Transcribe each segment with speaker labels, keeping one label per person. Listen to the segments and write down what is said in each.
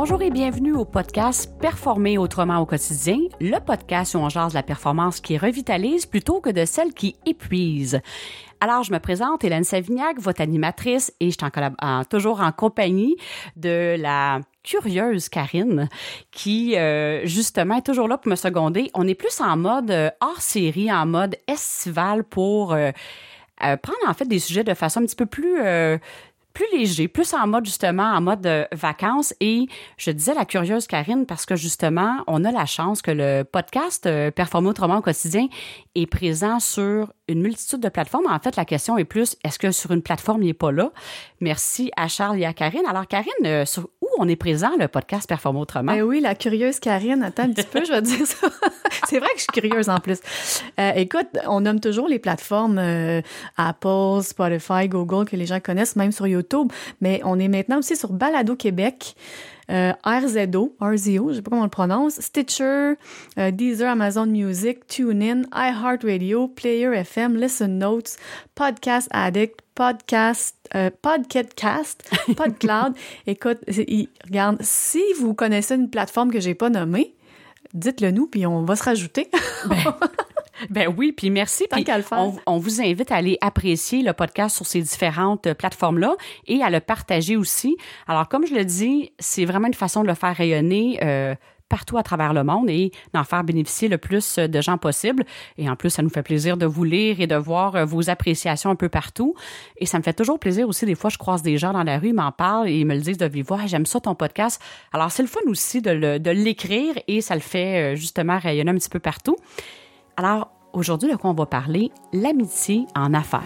Speaker 1: Bonjour et bienvenue au podcast Performer autrement au quotidien, le podcast où on jase la performance qui revitalise plutôt que de celle qui épuise. Alors, je me présente, Hélène Savignac, votre animatrice, et je suis toujours en compagnie de la curieuse Karine qui, justement, est toujours là pour me seconder. On est plus en mode hors-série, en mode estival pour prendre, en fait, des sujets de façon un petit peu plus léger, plus en mode, justement, en mode vacances. Et je disais la curieuse Karine parce que, justement, on a la chance que le podcast Performer autrement au quotidien est présent sur une multitude de plateformes. En fait, la question est plus, est-ce que sur une plateforme, il n'est pas là? Merci à Charles et à Karine. Alors, Karine, sur où on est présent, le podcast Performer autrement?
Speaker 2: Ben oui, la curieuse Karine. Attends un petit peu, je vais te dire ça. C'est vrai que je suis curieuse en plus. Écoute, on nomme toujours les plateformes Apple, Spotify, Google, que les gens connaissent, même sur YouTube. Mais on est maintenant aussi sur Balado Québec, RZO, je sais pas comment on le prononce, Stitcher, Deezer, Amazon Music, TuneIn, iHeartRadio, Player FM, Listen Notes, Podcast Addict, Podcast PodCloud. Écoute, regarde, si vous connaissez une plateforme que j'ai pas nommée, dites-le nous, puis on va se rajouter.
Speaker 1: Ben oui, puis merci. Puis on vous invite à aller apprécier le podcast sur ces différentes plateformes-là et à le partager aussi. Alors, comme je le dis, c'est vraiment une façon de le faire rayonner partout à travers le monde et d'en faire bénéficier le plus de gens possible. Et en plus, ça nous fait plaisir de vous lire et de voir vos appréciations un peu partout. Et ça me fait toujours plaisir aussi. Des fois, je croise des gens dans la rue, ils m'en parlent et ils me le disent de vive voix. Hey, j'aime ça ton podcast. Alors, c'est le fun aussi de l'écrire et ça le fait justement rayonner un petit peu partout. Alors, aujourd'hui, de quoi on va parler? L'amitié en affaires.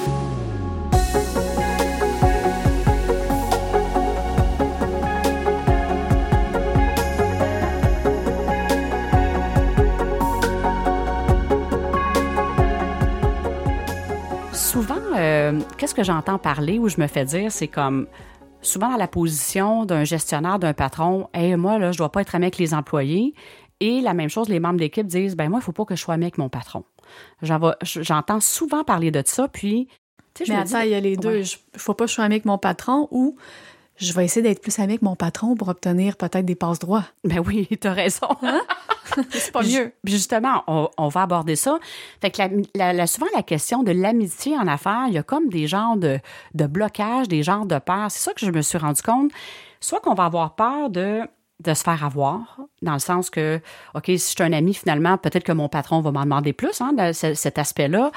Speaker 1: Souvent, qu'est-ce que j'entends parler ou je me fais dire, c'est comme souvent dans la position d'un gestionnaire, d'un patron, « Hey, moi, là, je dois pas être ami avec les employés. » Et la même chose, les membres d'équipe disent, « Ben moi, il faut pas que je sois ami avec mon patron. » J'entends souvent parler de ça, puis...
Speaker 2: Mais attends, il y a les deux. Il faut pas que je sois ami avec mon patron ou je vais essayer d'être plus ami avec mon patron pour obtenir peut-être des passe-droits.
Speaker 1: Ben oui, t'as raison.
Speaker 2: Hein? C'est pas mieux.
Speaker 1: Puis justement, on va aborder ça. Fait que souvent, la question de l'amitié en affaires, il y a comme des genres de blocage, des genres de peur. C'est ça que je me suis rendu compte. Soit qu'on va avoir peur de se faire avoir, dans le sens que, OK, si je suis un ami, finalement, peut-être que mon patron va m'en demander plus, cet aspect-là.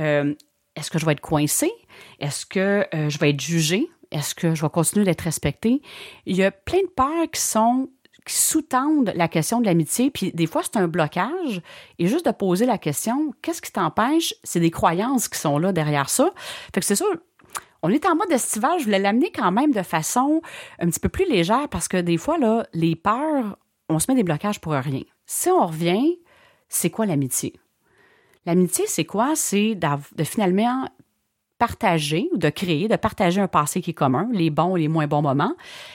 Speaker 1: Est-ce que je vais être coincée? Est-ce que je vais être jugée? Est-ce que je vais continuer d'être respectée? Il y a plein de peurs qui sous-tendent la question de l'amitié, puis des fois, c'est un blocage. Et juste de poser la question, qu'est-ce qui t'empêche? C'est des croyances qui sont là derrière ça. Fait que c'est ça. On est en mode estival, je voulais l'amener quand même de façon un petit peu plus légère parce que des fois, là, les peurs, on se met des blocages pour rien. Si on revient, c'est quoi l'amitié? L'amitié, c'est quoi? C'est de finalement partager ou de partager un passé qui est commun, les bons et les moins bons moments,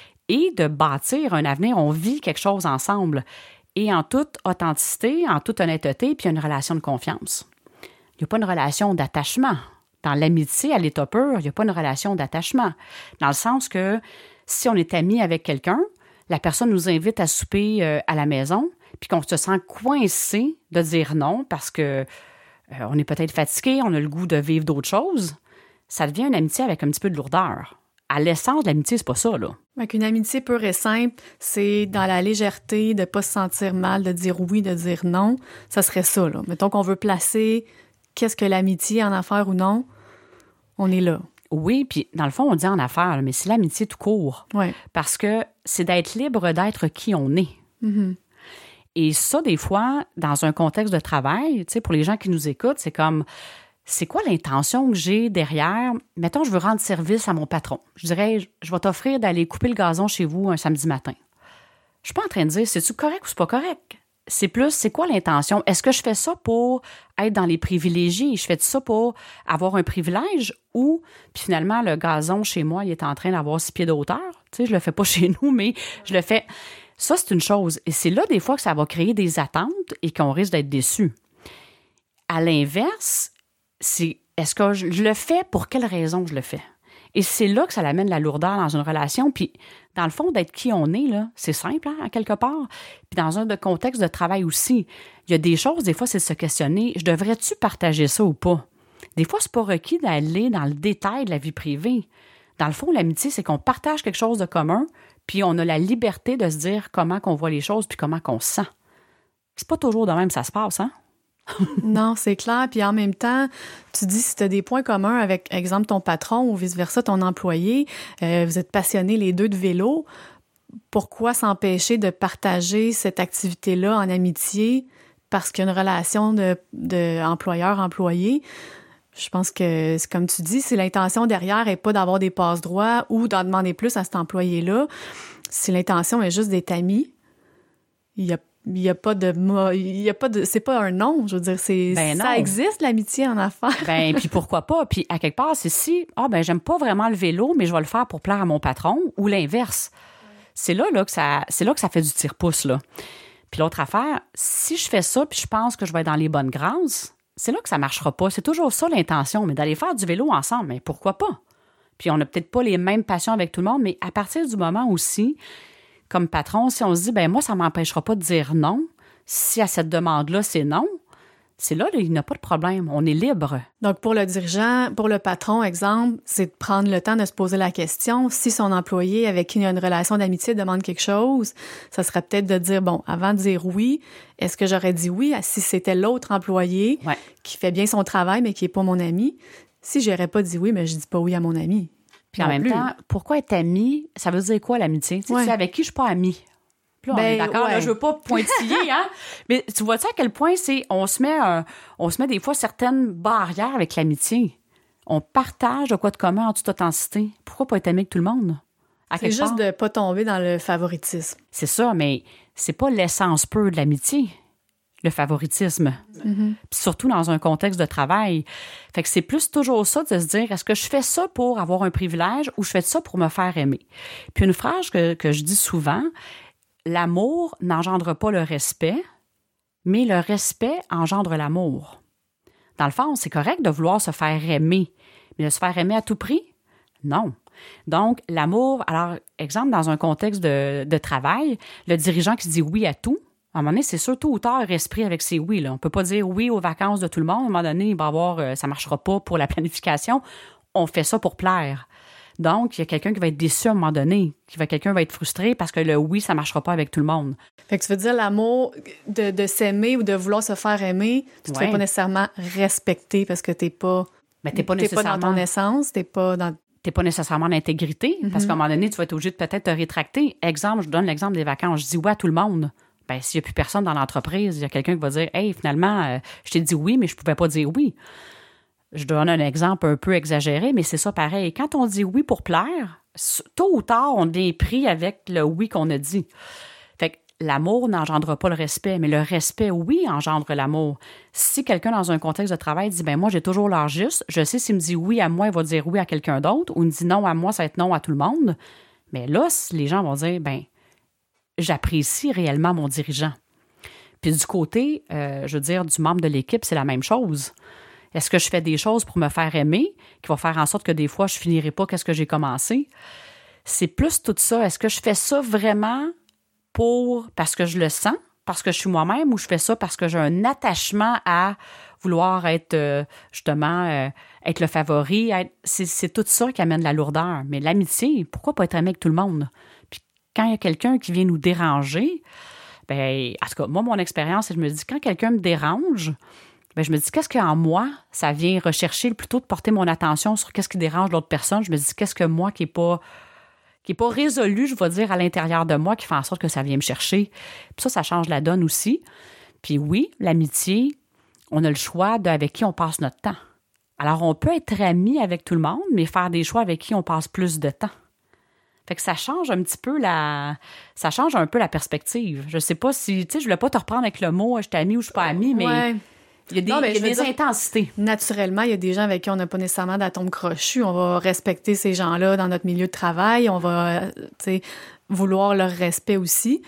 Speaker 1: et de bâtir un avenir. On vit quelque chose ensemble et en toute authenticité, en toute honnêteté, puis il y a une relation de confiance. Il n'y a pas une relation d'attachement. Dans l'amitié, à l'état pur, il n'y a pas une relation d'attachement. Dans le sens que si on est ami avec quelqu'un, la personne nous invite à souper à la maison, puis qu'on se sent coincé de dire non parce que on est peut-être fatigué, on a le goût de vivre d'autres choses, ça devient une amitié avec un petit peu de lourdeur. À l'essence de l'amitié, c'est pas ça, là.
Speaker 2: Donc, une amitié pure et simple, c'est dans la légèreté, de ne pas se sentir mal, de dire oui, de dire non. Ça serait ça, là. Mettons qu'on veut placer qu'est-ce que l'amitié en affaires ou non, on est là.
Speaker 1: Oui, puis dans le fond, on dit en affaires, mais c'est l'amitié tout court.
Speaker 2: Ouais.
Speaker 1: Parce que c'est d'être libre d'être qui on est.
Speaker 2: Mm-hmm.
Speaker 1: Et ça, des fois, dans un contexte de travail, tu sais, pour les gens qui nous écoutent, c'est comme, c'est quoi l'intention que j'ai derrière? Mettons, je veux rendre service à mon patron. Je dirais, je vais t'offrir d'aller couper le gazon chez vous un samedi matin. Je suis pas en train de dire, c'est-tu correct ou c'est pas correct? C'est plus, c'est quoi l'intention? Est-ce que je fais ça pour être dans les privilégiés? Je fais ça pour avoir un privilège ou, puis finalement, le gazon chez moi, il est en train d'avoir 6 pieds de hauteur. Tu sais, je le fais pas chez nous, mais je le fais. Ça, c'est une chose. Et c'est là, des fois, que ça va créer des attentes et qu'on risque d'être déçus. À l'inverse, c'est, est-ce que je le fais? Pour quelle raison je le fais? Et c'est là que ça amène la lourdeur dans une relation. Puis, dans le fond, d'être qui on est, là, c'est simple, hein, à quelque part. Puis, dans un contexte de travail aussi, il y a des choses, des fois, c'est de se questionner, je devrais-tu partager ça ou pas? Des fois, c'est pas requis d'aller dans le détail de la vie privée. Dans le fond, l'amitié, c'est qu'on partage quelque chose de commun, puis on a la liberté de se dire comment qu'on voit les choses, puis comment qu'on se sent. C'est pas toujours de même ça se passe, hein?
Speaker 2: Non, c'est clair. Puis en même temps, tu dis si tu as des points communs avec, exemple, ton patron ou vice-versa, ton employé, vous êtes passionnés les deux de vélo, pourquoi s'empêcher de partager cette activité-là en amitié parce qu'il y a une relation de employeur-employé? Je pense que, c'est comme tu dis, si l'intention derrière n'est pas d'avoir des passe-droits ou d'en demander plus à cet employé-là, si l'intention est juste d'être amis, il y a pas de c'est pas un nom, je veux dire, ça existe l'amitié en affaires.
Speaker 1: Ben puis pourquoi pas? Puis à quelque part, c'est si j'aime pas vraiment le vélo, mais je vais le faire pour plaire à mon patron, ou l'inverse. C'est là que ça fait du tire-pouce là. Puis l'autre affaire, si je fais ça puis je pense que je vais être dans les bonnes grâces, c'est là que ça marchera pas. C'est toujours ça l'intention, mais d'aller faire du vélo ensemble, mais pourquoi pas? Puis on n'a peut-être pas les mêmes passions avec tout le monde, mais à partir du moment aussi, comme patron, si on se dit, moi, ça ne m'empêchera pas de dire non, si à cette demande-là, c'est non, c'est là, il n'y a pas de problème. On est libre.
Speaker 2: Donc, pour le dirigeant, pour le patron, exemple, c'est de prendre le temps de se poser la question. Si son employé avec qui il y a une relation d'amitié demande quelque chose, ça serait peut-être de dire, avant de dire oui, est-ce que j'aurais dit oui si c'était l'autre employé qui fait bien son travail, mais qui n'est pas mon ami? Si je n'aurais pas dit oui, mais je ne dis pas oui à mon ami.
Speaker 1: Puis en même temps, pourquoi être ami? Ça veut dire quoi, l'amitié? Tu sais, avec qui je suis pas amie? Puis là, on est d'accord, là, je veux pas pointiller, hein? Mais tu vois-tu à quel point on se met des fois certaines barrières avec l'amitié. On partage de quoi de commun en toute authenticité. Pourquoi pas être ami avec tout le monde?
Speaker 2: C'est juste de pas tomber dans le favoritisme.
Speaker 1: C'est ça, mais c'est pas l'essence pure de l'amitié, le favoritisme. Mm-hmm. Puis surtout dans un contexte de travail. Fait que c'est plus toujours ça de se dire, est-ce que je fais ça pour avoir un privilège ou je fais ça pour me faire aimer? Puis une phrase que je dis souvent, l'amour n'engendre pas le respect, mais le respect engendre l'amour. Dans le fond, c'est correct de vouloir se faire aimer, mais de se faire aimer à tout prix? Non. Donc, l'amour, alors, exemple, dans un contexte de travail, le dirigeant qui se dit oui à tout, à un moment donné, c'est sûr, tôt ou tard, esprit avec ses oui. Là. On ne peut pas dire oui aux vacances de tout le monde. À un moment donné, il va avoir, ça ne marchera pas pour la planification. On fait ça pour plaire. Donc, il y a quelqu'un qui va être déçu à un moment donné. Quelqu'un va être frustré parce que le oui, ça ne marchera pas avec tout le monde.
Speaker 2: Fait que tu veux dire l'amour de s'aimer ou de vouloir se faire aimer, tu ne te fais pas nécessairement respecter parce que tu n'es pas,
Speaker 1: pas
Speaker 2: dans ton essence, tu n'es pas dans...
Speaker 1: T'es pas nécessairement en intégrité, parce qu'à un moment donné, tu vas être obligé de peut-être te rétracter. Exemple, je donne l'exemple des vacances. Je dis oui à tout le monde. Bien, s'il n'y a plus personne dans l'entreprise, il y a quelqu'un qui va dire « Hey, finalement, je t'ai dit oui, mais je ne pouvais pas dire oui. » Je donne un exemple un peu exagéré, mais c'est ça pareil. Quand on dit oui pour plaire, tôt ou tard, on est pris avec le oui qu'on a dit. Fait que l'amour n'engendre pas le respect, mais le respect, oui, engendre l'amour. Si quelqu'un dans un contexte de travail dit « Moi, j'ai toujours l'heure juste, je sais s'il me dit oui à moi, il va dire oui à quelqu'un d'autre, ou il me dit non à moi, ça va être non à tout le monde. » Mais là, les gens vont dire « J'apprécie réellement mon dirigeant. » Puis du côté, je veux dire, du membre de l'équipe, c'est la même chose. Est-ce que je fais des choses pour me faire aimer, qui vont faire en sorte que des fois, je ne finirai pas qu'est-ce que j'ai commencé? C'est plus tout ça. Est-ce que je fais ça vraiment parce que je le sens, parce que je suis moi-même, ou je fais ça parce que j'ai un attachement à vouloir être, être le favori? C'est tout ça qui amène la lourdeur. Mais l'amitié, pourquoi pas être aimé avec tout le monde? Puis quand il y a quelqu'un qui vient nous déranger, en tout cas, moi, mon expérience, c'est que je me dis, quand quelqu'un me dérange, je me dis, qu'est-ce qu'en moi, ça vient rechercher, plutôt de porter mon attention sur qu'est-ce qui dérange l'autre personne. Je me dis, qu'est-ce que moi qui n'est pas résolu, je vais dire, à l'intérieur de moi, qui fait en sorte que ça vient me chercher. Puis ça change la donne aussi. Puis oui, l'amitié, on a le choix avec qui on passe notre temps. Alors, on peut être ami avec tout le monde, mais faire des choix avec qui on passe plus de temps. Fait que ça change un peu la perspective. Je sais pas si, je voulais pas te reprendre avec le mot « je suis amie » ou « je suis pas amie », mais... Ouais. Il y a des intensités.
Speaker 2: Naturellement, il y a des gens avec qui on n'a pas nécessairement d'atome crochu. On va respecter ces gens-là dans notre milieu de travail. On va vouloir leur respect aussi.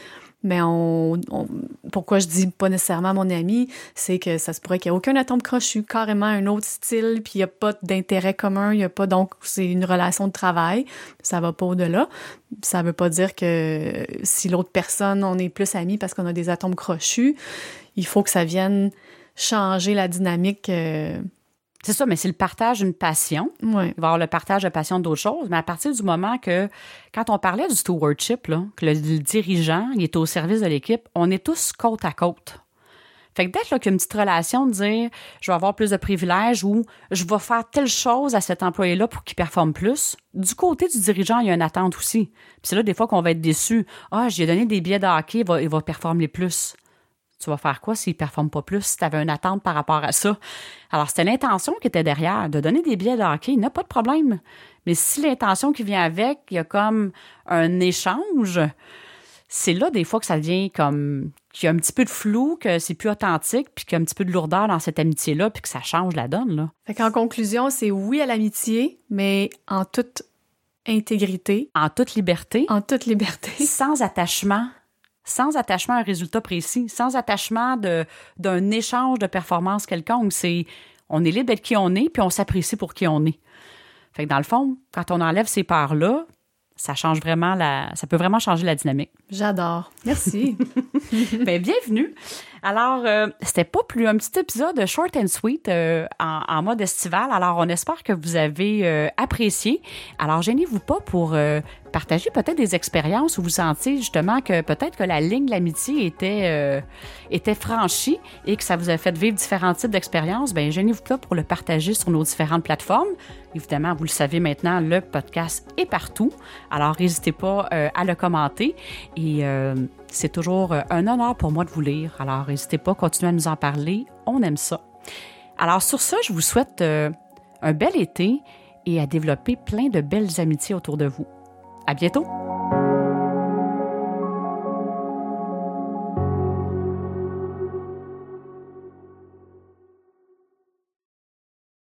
Speaker 2: mais pourquoi je dis pas nécessairement mon ami, c'est que ça se pourrait qu'il n'y ait aucun atome crochu, carrément un autre style, puis il n'y a pas d'intérêt commun, il y a pas, donc c'est une relation de travail, ça va pas au-delà. Ça veut pas dire que si l'autre personne, on est plus amis parce qu'on a des atomes crochus, il faut que ça vienne changer la dynamique.
Speaker 1: C'est ça, mais c'est le partage d'une passion.
Speaker 2: Ouais.
Speaker 1: Il va y avoir le partage de passion d'autres choses, mais à partir du moment que, quand on parlait du stewardship, là, que le dirigeant il est au service de l'équipe, on est tous côte à côte. Fait que dès qu'il y a une petite relation de dire je vais avoir plus de privilèges ou je vais faire telle chose à cet employé-là pour qu'il performe plus, du côté du dirigeant, il y a une attente aussi. Puis c'est là des fois qu'on va être déçu. Ah, j'ai donné des billets de hockey, il va performer plus. Tu vas faire quoi s'il ne performe pas plus, si tu avais une attente par rapport à ça? Alors, c'était l'intention qui était derrière. De donner des billets de hockey, il n'y a pas de problème. Mais si l'intention qui vient avec, il y a comme un échange, c'est là des fois que ça devient comme qu'il y a un petit peu de flou, que c'est plus authentique, puis qu'il y a un petit peu de lourdeur dans cette amitié-là, puis que ça change la donne, là.
Speaker 2: Fait qu'en conclusion, c'est oui à l'amitié, mais en toute intégrité.
Speaker 1: En toute liberté.
Speaker 2: En toute liberté.
Speaker 1: Sans attachement. Sans attachement à un résultat précis, sans attachement d'un échange de performance quelconque. On est libre d'être qui on est, puis on s'apprécie pour qui on est. Fait que dans le fond, quand on enlève ces parts-là, ça change vraiment ça peut vraiment changer la dynamique.
Speaker 2: J'adore. Merci.
Speaker 1: Bien, bienvenue. Alors, c'était pas plus un petit épisode short and sweet en mode estival. Alors, on espère que vous avez apprécié. Alors, gênez-vous pas pour partager peut-être des expériences où vous sentiez justement que peut-être que la ligne de l'amitié était franchie et que ça vous a fait vivre différents types d'expériences. Bien, gênez-vous pas pour le partager sur nos différentes plateformes. Évidemment, vous le savez maintenant, le podcast est partout. Alors, n'hésitez pas à le commenter. Et c'est toujours un honneur pour moi de vous lire. Alors, n'hésitez pas à continuer à nous en parler. On aime ça. Alors, sur ça, je vous souhaite un bel été et à développer plein de belles amitiés autour de vous. À bientôt!